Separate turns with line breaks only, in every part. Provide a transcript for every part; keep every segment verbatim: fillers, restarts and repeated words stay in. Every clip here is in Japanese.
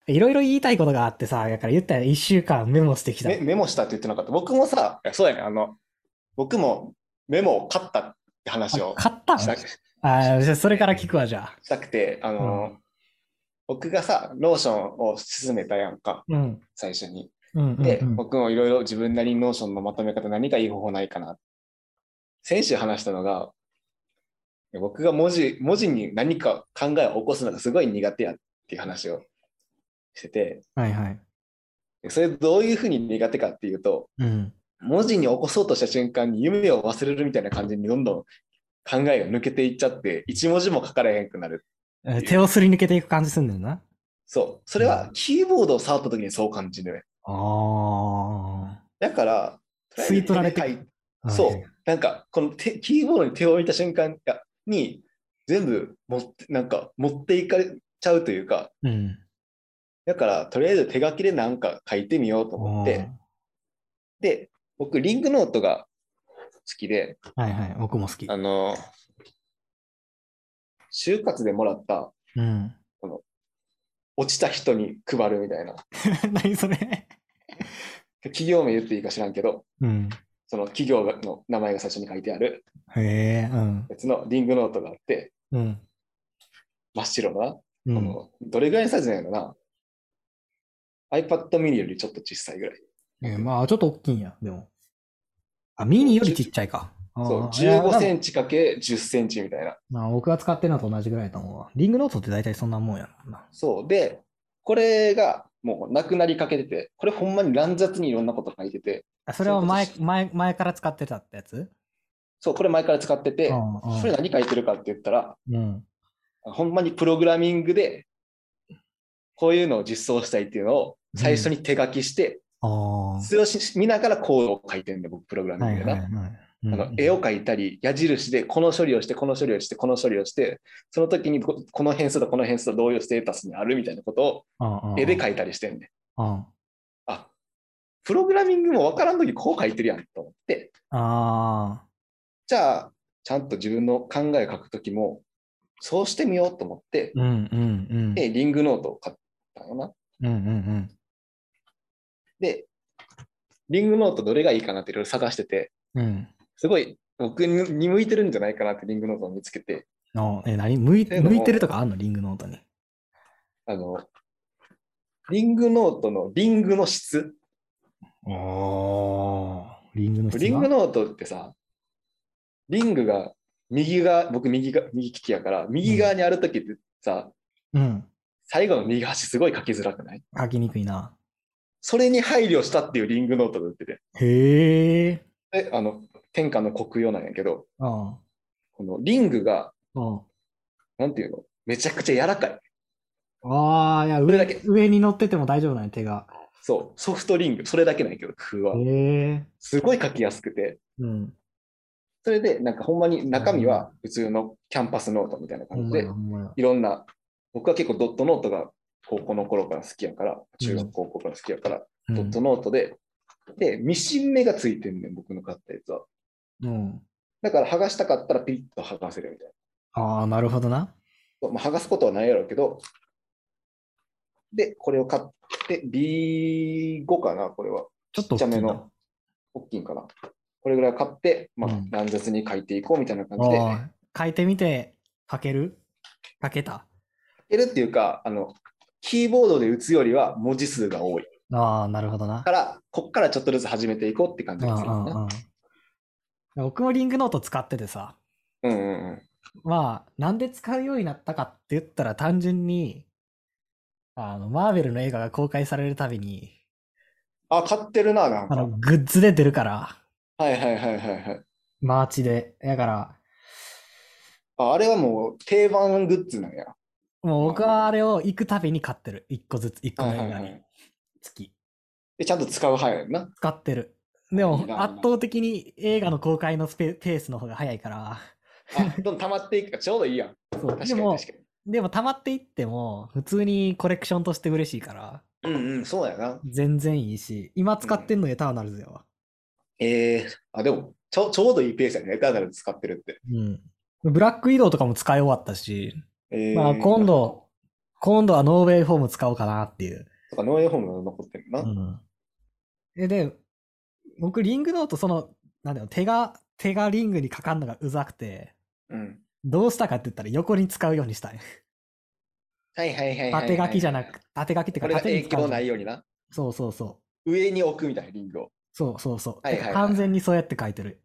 いろいろ言いたいことがあってさ、だから言ったらいっしゅうかんメモしてきた。
メ、メモしたって言ってなかった。僕もさ、いやそうやね、あの、僕もメモを買ったって
あ、
話を
買ったん
した、し
あ、じゃあそれから
て、
聞くわ、じゃ
したくて、あ
あ。
の、僕がさ、ノーションを進めたやんか、
うん。うん。
最初に。
うんうんう
で、
ん。
僕もいろいろ自分なりにノーションのまとめ方何かいい方法ないかな。先週話したのが、僕が文字、文字に何か考えを起こすのがすごい苦手やっていう話をしてて、
はいはい。
それどういうふうに苦手かっていうと、
うん。
文字に起こそうとした瞬間に夢を忘れるみたいな感じにどんどん考えが抜けていっちゃって、一文字も書かれへんくなるっていう。
え手をすり抜けていく感じすんねんな。
そう。それは
うん。
キーボードを触った時にそう感じるね。
ああ。
だから、とりあえ
吸い
ず
取られてく。
手で書いて、
はいはい。
そう。なんか、この手キーボードに手を置いた瞬間に、全部持って、なんか持っていかれちゃうというか、
うん。
だから、とりあえず手書きでなんか書いてみようと
あ
思って、
あ。
で、僕、リングノートが好きで、
はいはい。僕も好き。
あの、就活でもらった、
うん。
この、落ちた人に配るみたいな、
何それ。
企業名言っていいか知らんけど、
うん。
その企業の名前が最初に書いてある
へえ、うん。
やつのリングノートがあって、
うん。
真っ白な、
うん。
この、どれぐらいのサイズなのな ?iPad mini よりちょっと小さいぐらい。
えーまあ、ちょっと大きいんや、でも。あ、ミニよりちっちゃいか。
そう、
ああ、い
15
や、
セ
多分、
ンチかけじゅっセンチみたいな。
まあ、僕が使ってるのと同じぐらいだと思うわ。リングノートって大体そんなもんやもんな。
そう。で、これがもうなくなりかけてて、これほんまに乱雑にいろんなこと書いてて、
あ、それは前、
それこそし、
前、前から使ってたってやつ？
そう、これ前から使って
う
て、これ
ん、
何書いてるかって言ったら、
うん。うん。
ほんまにプログラミングでこういうのを実装したいっていうのを
うん。
最初に手書きして、
ああ、は
それを見ながらコードを書いてるんで、僕、プログラ
いはい
ミングでな。
はい。うん、う
あの絵を
ん。
描いたり、矢印でこの処理をして、この処理をして、この処理をして、その時にここの変数とこの変数とどういうステータスにあるみたいなことを
ああ、あ
絵で描いたりしてんねん。
あ、
あ、プログラミングもわからん時こう書いてるやんと思って、
ああ、
じゃあ、ちゃんと自分の考えを書く時も、そうしてみようと思って、
うん、うん、うん。
で、リングノートを買ったよな。
うん、うん、うん。
で、リングノートどれがいいかなっていろいろ探してて、
うん。
すごい僕に向いてるんじゃないかなってリングノートを見つけて、
あえ、何向い、
というの
向いてると
も、
かあんのリングノートに？
あの、リングノートのリングの質、
ああ、リングの質が。
リングノートってさ、リングが右が、僕右が、右利きやから、
うん。
右側にあるときってさ、
うん。
最後の右端すごい書きづらくない？
書きにくいな。
それに配慮したっていうリングノートが売ってて、
へえ。
で、あの、天下の国用なんやけど、
あ
このリングが、
あ、
なんていうの、めちゃくちゃ柔らかい。
ああ。ああ、いや、上、
それだけ。
上に乗ってても大丈夫なんや、手が。
そう、ソフトリング、それだけなんやけど、工夫
へ
は。
え。
すごい書きやすくて、
うん。
それで、なんかほんまに
あ、ほんまや。
中身は普通のキャンパスノートみたいな
ほんまや、
感じで、
ほんまや。
いろんな、僕は結構ドットノートが高校の頃から好きやから、中学
うん。
高校から好きやから、ドット
うん。
ノートで、で、ミシン目がついてんねん、僕の買ったやつは。
うん。
だから剥がしたかったらピリッと剥がせるみたい
ああ、なるほどな。
な。まあ、剥がすことはないやろうけど、で、これを買って、ビーファイブ かな、これは。ちっ
ちょっと大きいな。
ちゃめの、大きいんかな。これぐらい買って、まあ、
うん。
乱雑に書いていこうみたいな感じで、
ああ、書いてみて、書ける？書けた？
書けるっていうか、あの、キーボードで打つよりは文字数が多い。
ああ、なるほどな。
から、こっからちょっとずつ始めていこうって感じがする
うん
な。
うんうん。僕もリングノート使っててさ、
うんうんうん。
まあ、なんで使うようになったかって言ったら単純に、あの、マーベルの映画が公開されるたびに、
あ、買ってるな、なん
あの、
か。
グッズで出るから、
はいはいはいはいはい。
マーチで。だから、
あ、あれはもう定番グッズなんや。
もう僕
マーベルの。
はあれを行くたびに買ってる。一個ずつ、一個
はい
の映画に
はいはい。
つき。
で、ちゃんと使う派やんな。
使ってる。でも、
あいいな、いいな。
圧倒的に映画の公開のスペペースの方が早いから、
あ、どんどん溜まっていくからちょうどいいやん。
そう。でも、
確かに確かに。
でも溜まっていっても、普通にコレクションとして嬉しいから、
うんうん、そうやな。
全然いいし、今
うん。
使ってんのエターナルズやわ。
えー、あ、でも、ちょ、ちょうどいいペースやね。エターナルズ使ってるって。
うん。ブラック移動とかも使い終わったし、まあ
えー、あ、
今度、 今度はノーウェイフォーム使おうかなっていう。
とか、ノーエイホームが残ってるな。
うん。で、で、僕、リングノート、その、なんだよ、手が、手がリングにかかんのがうざくて、
うん。
どうしたかって言ったら横に使うようにしたい。
はいはいはいはいはい。
縦書きじゃなく、縦書きっていうか
これが
縦に使うじゃん
影響ないようにな。
そうそうそう。
上に置くみたいなリングを。
そうそうそう。
はいはいはい
てか完全にそうやって書いてる。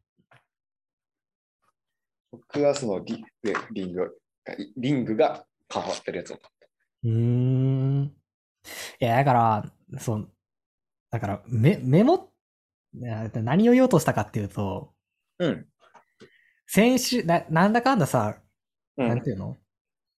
僕はそのリでリングが、リングが変わってるやつを。
うーん。いや、だから、そう、だから、メ、メモ、いや何を言おうとしたかっていうと、
うん。
先週、な、なんだかんださ、
うん。
なんていうの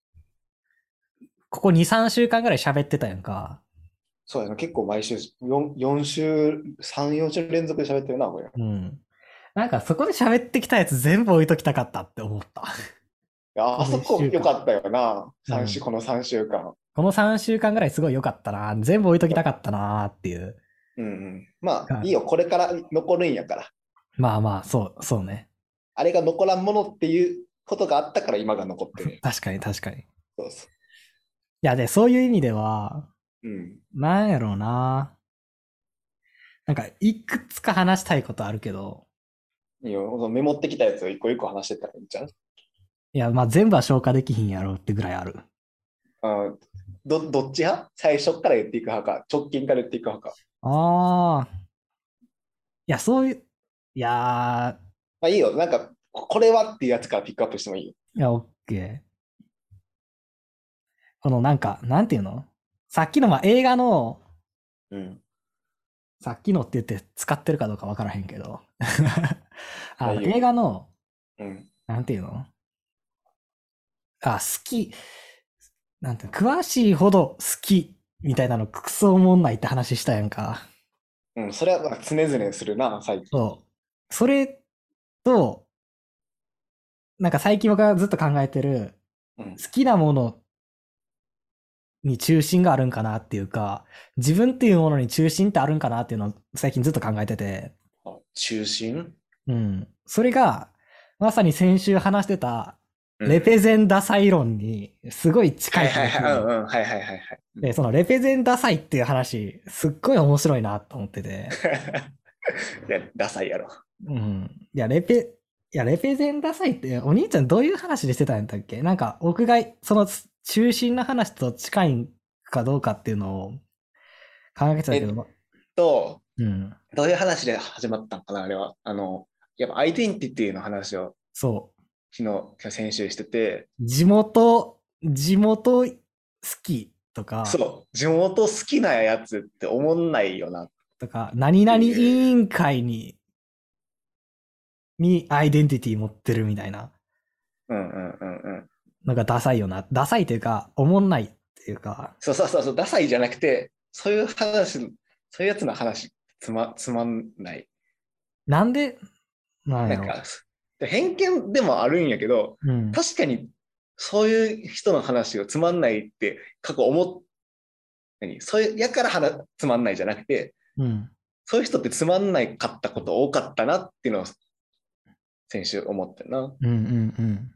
ここに、さんしゅうかんぐらい喋ってたやんか。
そうやな。結構毎週、よん、よん週、さん、よん週連続で喋ってるな、これ。い
うん。なんかそこで喋ってきたやつ全部置いときたかったって思った。
や、あそこ良かったよな。三週、
うん
このさんしゅうかん。
このさんしゅうかんぐらいすごい良かったな。全部置いときたかったなっていう。
うんうん。まあ、
はい
いいよ。これから残るんやから。
まあまあ、そう、そうね。
あれが残らんものっていうことがあったから今が残ってる。
確かに確かに。い
そうそ
や、で、そういう意味では、
う。うん。
なんやろうな。なんか、いくつか話したいことあるけど、
いいよ。そのメモってきたやつを一個一個話してったらいいんちゃう？
いや、まあ全部は消化できひんやろうってぐらいある。
あど、どっち派？最初から言っていく派か、直近から言っていく派か。
ああ。いや、そういう、いや
まあいいよ。なんか、ここれはっていうやつからピックアップしてもいいよ。
ー、いや、オッケー。このなんか、なんていうのさっきのまあ映画の、
うん。
さっきのって言って使ってるかどうかわからへんけど、あの
まあいいよ。
映画の、
うん。
なんていうのあ、好き、なんていうの詳しいほど好きみたいなのクソおもんないって話したやんか。
うん。それはまあ常々するな、最近。
そう。それと、なんか最近僕がずっと考えてる、
うん。
好きなものに中心があるんかなっていうか、自分っていうものに中心ってあるんかなっていうのを最近ずっと考えてて、
あ、中心？
うん。それが、まさに先週話してた、
うん。
レペゼンダサイ論にすごい近
はいはいはい。
い気がする。
うんうん。はいはいはいはい。
で、そのレペゼンダサイっていう話、すっごい面白いなと思ってて。
いや、ダサいやろ。
うん。いや、レペ、いや、レペゼンダサイって、お兄ちゃんどういう話でしてたんだっけなんか、僕が、その中心の話と近いかどうかっていうのを考えてたけど、
と、
うん。
どういう話で始まったのかな、あれは。あの、やっぱアイデンティティの話を
そ
昨日、先週してて、
う。地元、地元好きとか、
そう、地元好きなやつって思んないよな。
とか、何々委員会に、にアイデンティティ持ってるみたいな
うんうんうんうん。
のがダサいよな。ダサいというか、おもんないっていうか、
そうそうそうそう、ダサいじゃなくて、そういう話、そういうやつの話、つま、つまんない。
なんで、なんやろ。
なんか、偏見でもあるんやけど、
うん。
確かにそういう人の話をつまんないって過去思っ、何そういう、やから話つまんないじゃなくて、
うん。
そういう人ってつまんないかったこと多かったなっていうのを先週思ってるな。
うんうんうん。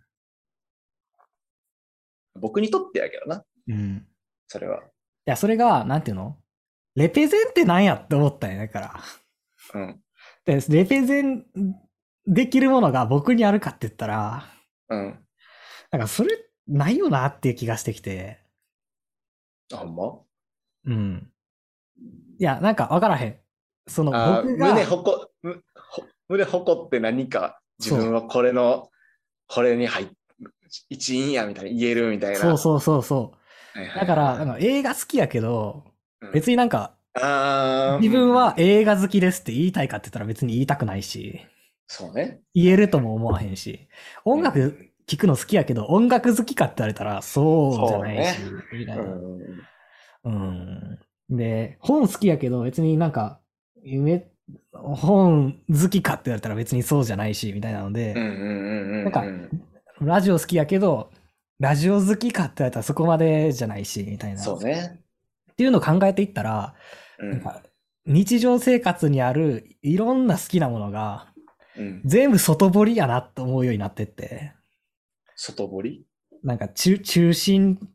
僕にとってやけどな、
うん。い
それは。
や、それが、なんていうのレペゼンってなんやって思ったんや、だから。
うん。
で、レペゼンできるものが僕にあるかって言ったら、
うん。
なんかそれないよなっていう気がしてきて。
あ、ほんま？
うん。いや、なんかわからへん。その
あ、
僕が、
胸ほこ、むほ胸誇って何か自分はこれの、これに入っ一員やみたいに言えるみたいな。
そうそうそうそう。
はいはいはい。
だから、なんか映画好きやけど、
うん
別になんか、
あー
自分は
うん
映画好きですって言いたいかって言ったら別に言いたくないし、
そうね。
言えるとも思わへんし、音
うん
楽聴くの好きやけど、音楽好きかって言われたらそうじゃないし、
そう
みたいな。
うん
うん。で、本好きやけど別になんか、夢、本好きかって言われたら別にそうじゃないし、みたいなので、
うんうんうんうん
なんか、ラジオ好きやけど、ラジオ好きかって言われたらそこまでじゃないし、みたいな。
そうね。
っていうのを考えていったら、
うん
なんか日常生活にあるいろんな好きなものが、
うん。
全部外堀やなと思うようになってって、
外堀？
なんか中中心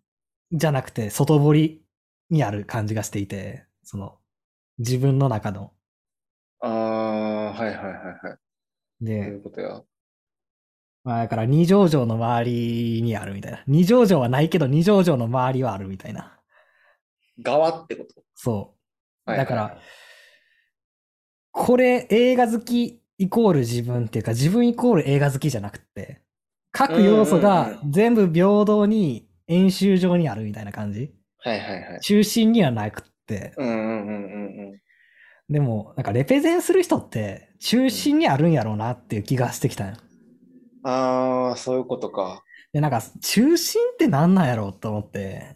じゃなくて外堀にある感じがしていて、その自分の中の。
ああ、はいはいはいはい。どうい
で、
うことや。
まあだから二条城の周りにあるみたいな。二条城はないけど二条城の周りはあるみたいな。
側ってこと。
そう。だから、
はいはいはい。
これ映画好きイコール自分っていうか、自分イコール映画好きじゃなくて、各要
うん
素が
うんうん。
全部平等に演習場にあるみたいな感じ。
はいはいはい。
中心にはなくって。
うんうんうんうんうん。
でも、なんかレペゼンする人って中
うん、
心にあるんやろうなっていう気がしてきたんよ。
ああ、そういうことか。
で、なんか中心ってなんなんやろうと思って。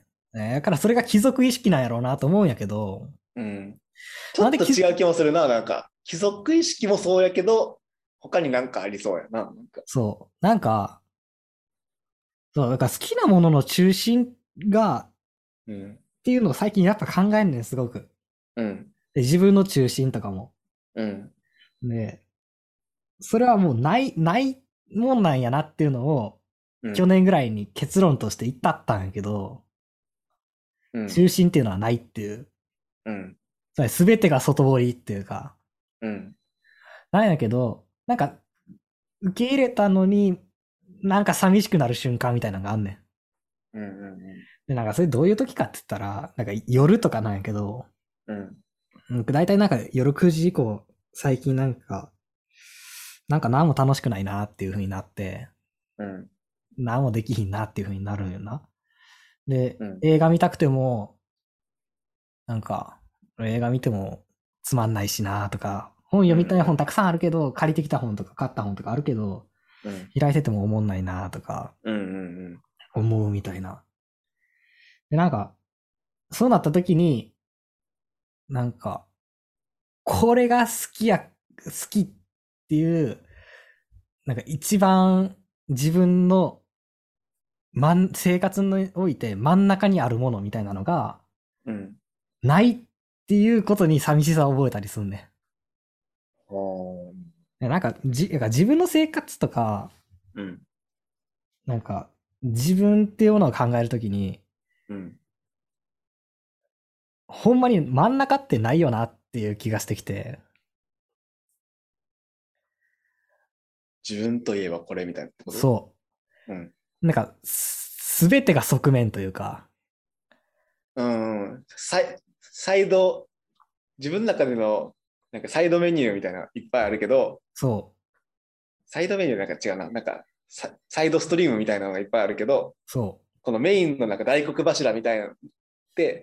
ねだからそれが貴族意識なんやろうなと思うんやけど、
うん。ち
なんで貴
ょっと違う気もするな。なんか、貴族意識もそうやけど、他になんかありそうやな。なんか。
そう。なんか、そう、だから好きなものの中心が、っ
うん。
ていうのを最近やっぱ考えんねん、すごく。
うん。
で、自分の中心とかも。
うん。
で、それはもうない、ないもんなんやなっていうのを、
うん。
去年ぐらいに結論として言ったったんやけど、
うん。
中心っていうのはないっていう。
うん。
すべてが外堀っていうか、
うん。
なんやけど、なんか、受け入れたのに、なんか寂しくなる瞬間みたいなのがあんねん。
うん。うん。
で、なんかそれどういう時かって言ったら、なんか夜とかなんやけど、
うん。
うんだいたいなんか夜くじ以降、最近なんか、なんか何も楽しくないなっていう風になって、
うん。
何もできひんなっていう風になるんよな。で、
うん。
映画見たくても、なんか、映画見てもつまんないしなとか、本読みたい本たくさんあるけど、借りてきた本とか買った本とかあるけど、
うん。
開いてても思んないなとか、
うん。うん。
思うみたいな。で、なんか、そうなった時に、なんか、これが好きや、好きっていう、なんか一番自分の真ん生活において真ん中にあるものみたいなのが
うん。
ないっていうことに寂しさを覚えたりすんね
ああ。
ん。なんかじ、なんか自分の生活とか、
うん。
なんか自分っていうものを考えるときに、
うん。
ほんまに真ん中ってないよなっていう気がしてきて、
自分といえばこれみたいなってこと。
そ
うん。
う。なんか、すべてが側面というか、
うん。サイ、サイド、自分の中での、なんかサイドメニューみたいなのいっぱいあるけど、
そ
サイドメニューなんか違うな。なんかサ、サイドストリームみたいなのがいっぱいあるけど、
う、そ
このメインのなんか大黒柱みたいなのって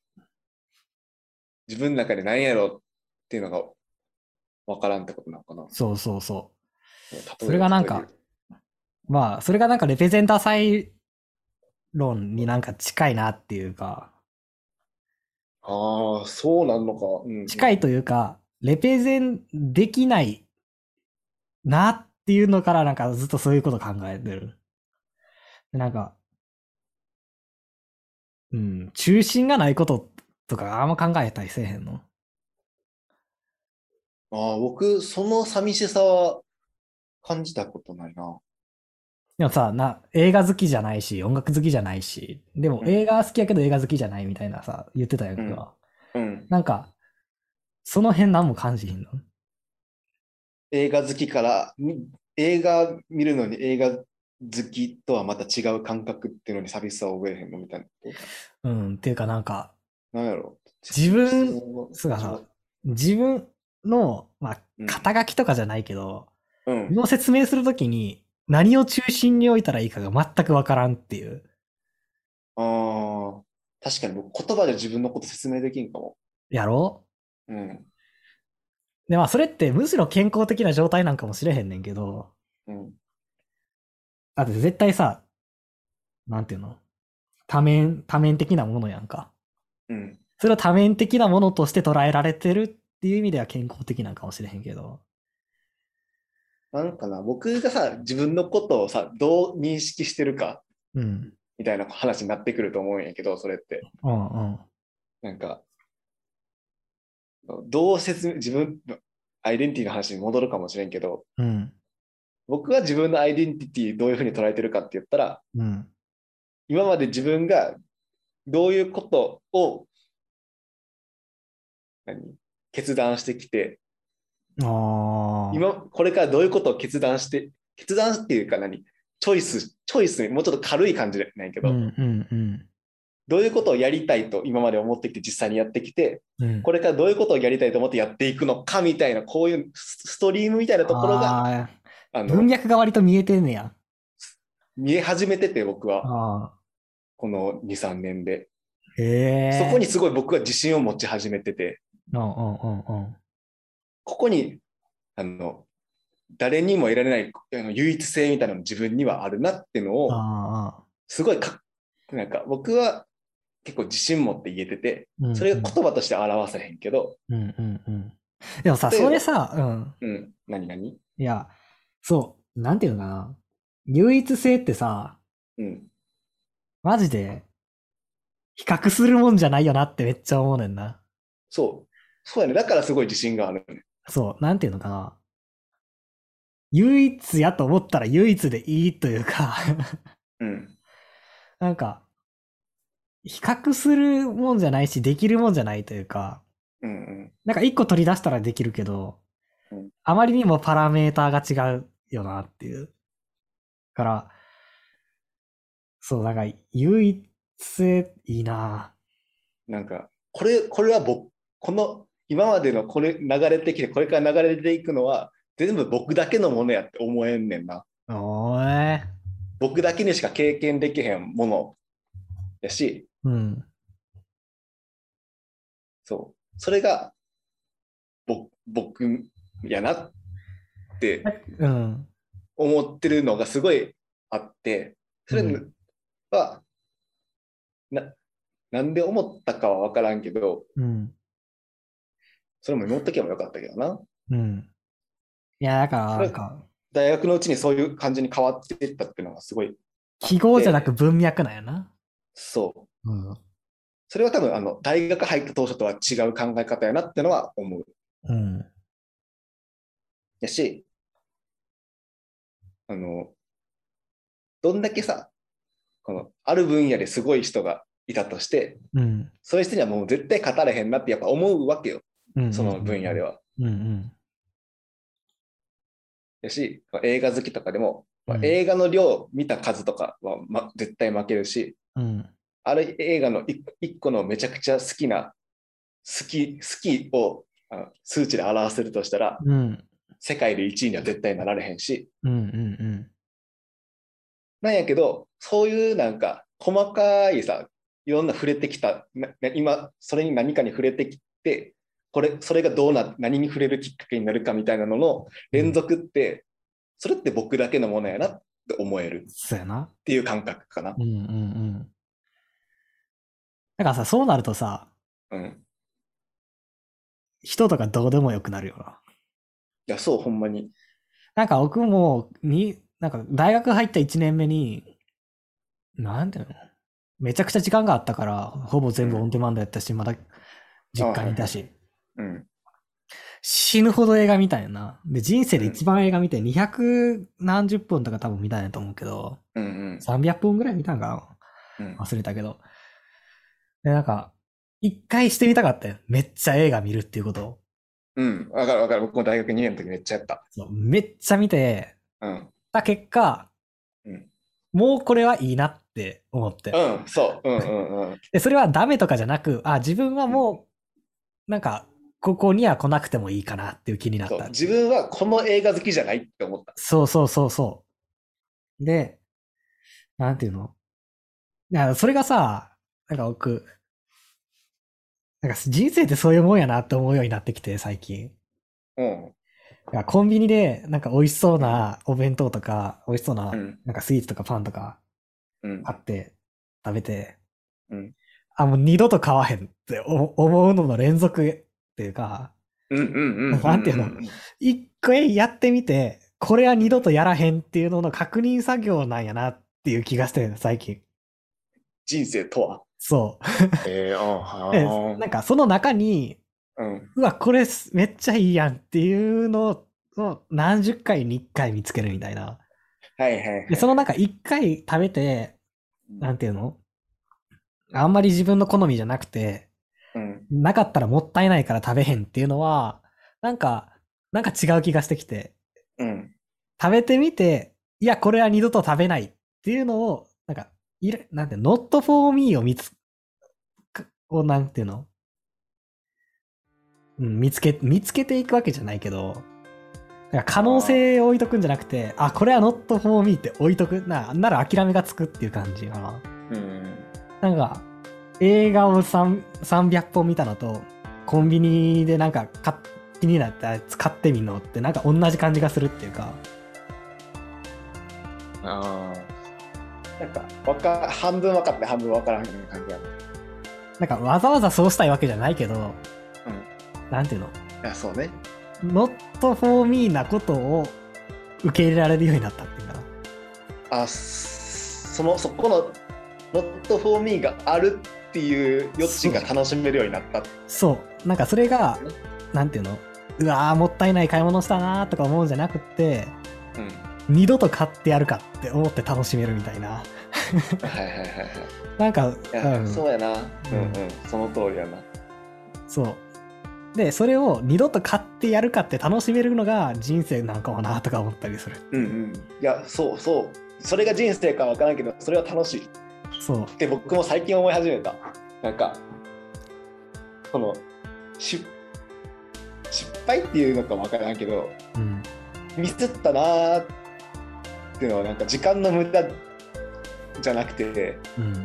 自分の中で何やろうっていうのがわからんってことなのかな。
う、そうそうそう。それ
例えば、
がなんか、
例えで言うと。
まあ、それがなんかレペゼンター裁論になんか近いなっていうか、
ああ、そうなんのか。うんうんうん。
近いというか、レペゼンできないなっていうのからなんかずっとそういうこと考えてる。でなんか、うん、中心がないこととかあんま考えたりせえへんの。
ああ、僕、その寂しさは感じたことないな。
でもさ、な、映画好きじゃないし、音楽好きじゃないし、でも
うん、
映画好きやけど映画好きじゃないみたいなさ、言ってたやん
うん、
か。
うん。
なんか、その辺何も感じひんの。
映画好きから、み映画見るのに映画好きとはまた違う感覚っていうのに寂しさを覚えへんのみたいなこ
うん、っていうかなんか、
と。なんやろ
自
質質
分、
問は
そうかさ、
違う。
自分の、まあ、
うん、
肩書きとかじゃないけど、
うん。
自分を説明するときに何を中心に置いたらいいかが全くわからんっていう。
ああ、確かに僕言葉で自分のこと説明できんかも。
やろ
うん、
で、まあ、それってむしろ健康的な状態なんかもしれへんねんけど、
うん、
だって絶対さ、なんていうの多面、多面的なものやんか。
うん。
それを多面的なものとして捉えられてるっていう意味では健康的なんかもしれへんけど。
なんかな、僕がさ、自分のことをさ、どう認識してるか
うん。
みたいな話になってくると思うんやけど、それって。
うんうん。
なんか、どう説明、自分のアイデンティティの話に戻るかもしれんけど、
うん。
僕は自分のアイデンティティどういうふうに捉えてるかって言ったら、
うん。
今まで自分がどういうことを何決断してきて、
ああ。
今、これからどういうことを決断して、決断っていうか何チョイス、チョイス、もうちょっと軽い感じでないけど、
うんうんうん。
どういうことをやりたいと今まで思ってきて実際にやってきて、
うん。
これからどういうことをやりたいと思ってやっていくのかみたいな、こういうストリームみたいなところが、
ああ、
あの、
文脈が割と見えてんねや。
見え始めてて、僕は、
ああ。
このに、さんねんで。
へ
そこに
え。
すごい僕は自信を持ち始めてて、
うんうんうんうん。
ここに、あの、誰にも得られないあの唯一性みたいなの自分にはあるなっていうのを、
ああ。
すごいか、なんか僕は結構自信持って言えてて、それが
うんうん。
言葉として表せへんけど、
うんうんうん。でもさ、
例えば、
それさ、うん。
うん、何々
いや、そう、なんていうのかな。唯一性ってさ、
うん、
マジで比較するもんじゃないよなってめっちゃ思うねんな。
そう。そうやね。だからすごい自信があるね。
そう、なんていうのかな。唯一やと思ったら唯一でいいというか
うん、
なんか、比較するもんじゃないし、できるもんじゃないというか、
うん、うん、
なんか一個取り出したらできるけど、
うん。
あまりにもパラメーターが違うよなっていう。から、そう、なんか唯一性いいな。
なんか、これ、これは僕、この、今までのこれ流れてきて、これから流れていくのは、全部僕だけのものやって思えんねんな。
おーい。
僕だけにしか経験できへんものやし、
うん。
そう。それが、ぼ僕やなって
うん。
思ってるのがすごいあって、それ
うん。
は、な、なんで思ったかは分からんけど、
うん。
それも持っとけばよかったけどな。
うん。いや、だから
それは
なんか、
大学のうちにそういう感じに変わっていったっていうのがすごいあ
記
って、
号じゃなく文脈なんやな。
そう。
うん。
それは多分、あの、大学入った当初とは違う考え方やなってのは思う。
うん。
やし、あの、どんだけさ、この、ある分野ですごい人がいたとして、
うん。
そういう人にはもう絶対語れへんなってやっぱ思うわけよ。
うん。うん。
その分野では。
うん。うん。
やし、映画好きとかでも、
うん。
映画の量、見た数とかは、ま、絶対負けるし、
うん。
ある映画の一一個のめちゃくちゃ好きな、好き、好きをあ数値で表せるとしたら、
うん。
世界でいちいには絶対なられへんし、
うん。うん。
なんやけど、そういうなんか細かいさ、いろんな触れてきた、な今、それに何かに触れてきて、これ、それがどうな、何に触れるきっかけになるかみたいなのの
うん。
連続って、それって僕だけのものやなって思えるっ
そうやな。
ていう感覚かな。
うん。うん。うん。だからさ、そうなるとさ、
うん。
人とかどうでもよくなるよな。
いや、そう、ほんまに。
なんか僕も、に、なんか大学入ったいちねんめに、なんていうのめちゃくちゃ時間があったから、ほぼ全部オン
うん。
デマンドやったし、まだ
あ、
実家
はいはい。
にいたし、
うん。
死ぬほど映画見たんやな。で、人生で一
うん。
番映画見てにひゃく何十本とか多分見たんやと思うけど、
うん。
さんびゃっぽんぐらい見たんか
うん。
な忘れたけど。で、なんか、一回してみたかったよ。めっちゃ映画見るっていうことを。
うん。わかるわかる。僕も大学にねんの時めっちゃやった。
そう、めっちゃ見て、
うん。
た結果、
うん。
もうこれはいいなって思って。
うん。そう。うんうんうん。
で、それはダメとかじゃなく、あ、自分は
うん。
もう、なんか、ここには来なくてもいいかなっていう気になっ
そう。
たっていう。
自分はこの映画好きじゃないって思った。
そうそうそうそう。で、なんていうのいや、それがさ、なんか僕、なんか人生ってそういうもんやなって思うようになってきて、最近。い
うん。
やコンビニで、なんか美味しそう
うん。
なお弁当とか、美味しそうな、
うん。
なんかスイーツとかパンとか
うん。
買って食べて、
うん。
あ、もう二度と買わへんって思思うのの連続っていうか、
うんうんうんうん
なんていうの
うん
一回やってみて、これは
うん。
二度とやらへんっていうのの確認作業なんやなっていう気がしてる、最近。
人生とは。
そう。
えー、あ
で、
は
なんかその中に、
ーうん。
うわ、これめっちゃいいやんっていうのを何十回に一回見つけるみたいな。
はいはいはい
で、その中
はい。
一回食べて、
うん
なんていうのあんまり自分の好みじゃなくて、
うん。
なかったらもったいないから食べへんっていうのは、なんか、なんか違う気がしてきて、
うん。
食べてみて、いや、これは二度と食べないっていうのを、なんか、いる、なんて、not for me を見つ、をなんていうの、うん、見つけ、見つけていくわけじゃないけど、なんか可能性を置いとくんじゃなくて、あ、これは not for me って置いとく。な、なら諦めがつくっていう感じかな。
うん。
なんか、映画をさん さんびゃくぽん見たのと、コンビニでなんかか気になったやつ買ってみるのってなんか同じ感じがするっていうか、
ああ。なんか、わか、半分分かって半分分からんみたいな感じやな。
なんかわざわざそうしたいわけじゃないけど、
うん。
なんていうの、
いや、そうね。
not for me なことを受け入れられるようになったっていうかな。
あ、その、そこの not for me があるっていう余地が楽しめるようになった。
そう。なんかそれが、なんていうの、うわーもったいない買い物したなーとか思うんじゃなくって、
うん。
二度と買ってやるかって思って楽しめるみたいな。
はいはいはいはい。
なんか、
いや、
うん、
そうやな。うんうん。その通りやな。
そう。で、それを二度と買ってやるかって楽しめるのが人生なんかもなとか思ったりする。
うんうん。いや、そうそう。それが人生かわからんけど、それは楽しい。
そう。
って僕も最近思い始めた。なんか、この、し失敗っていうのかわからんけど、
うん。
ミスったなーっていうのはなんか時間の無駄じゃなくて、
うん。
うん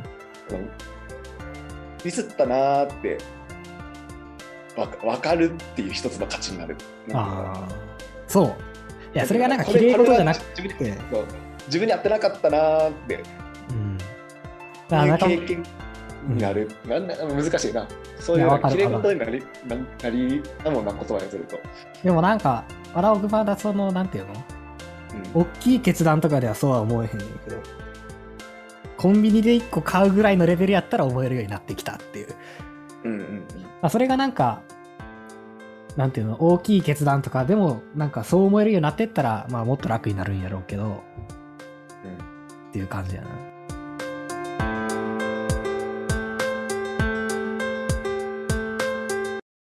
ミスったなーってわか分かるっていう一つの価値になる。なんか
ああ。そう。いや、それがなんか綺麗事じゃなくて、
自分にそう自分に合ってなかったなーって
うん。だ
いう
なんか
経験になる。なんな難しいな。そういう
いやわかる
綺麗事になりななりなもんな言葉にすると。
でもなんか、わらおくまだその、なんていうの、
うん
大きい決断とかではそうは思えへんねんけど、コンビニでいっこ買うぐらいのレベルやったら思えるようになってきたっていう。
うんうんうん
まあ、それがなんか、なんていうの、大きい決断とかでも、なんかそう思えるようになってったら、まあもっと楽になるんやろうけど、
うん
っていう感じやな。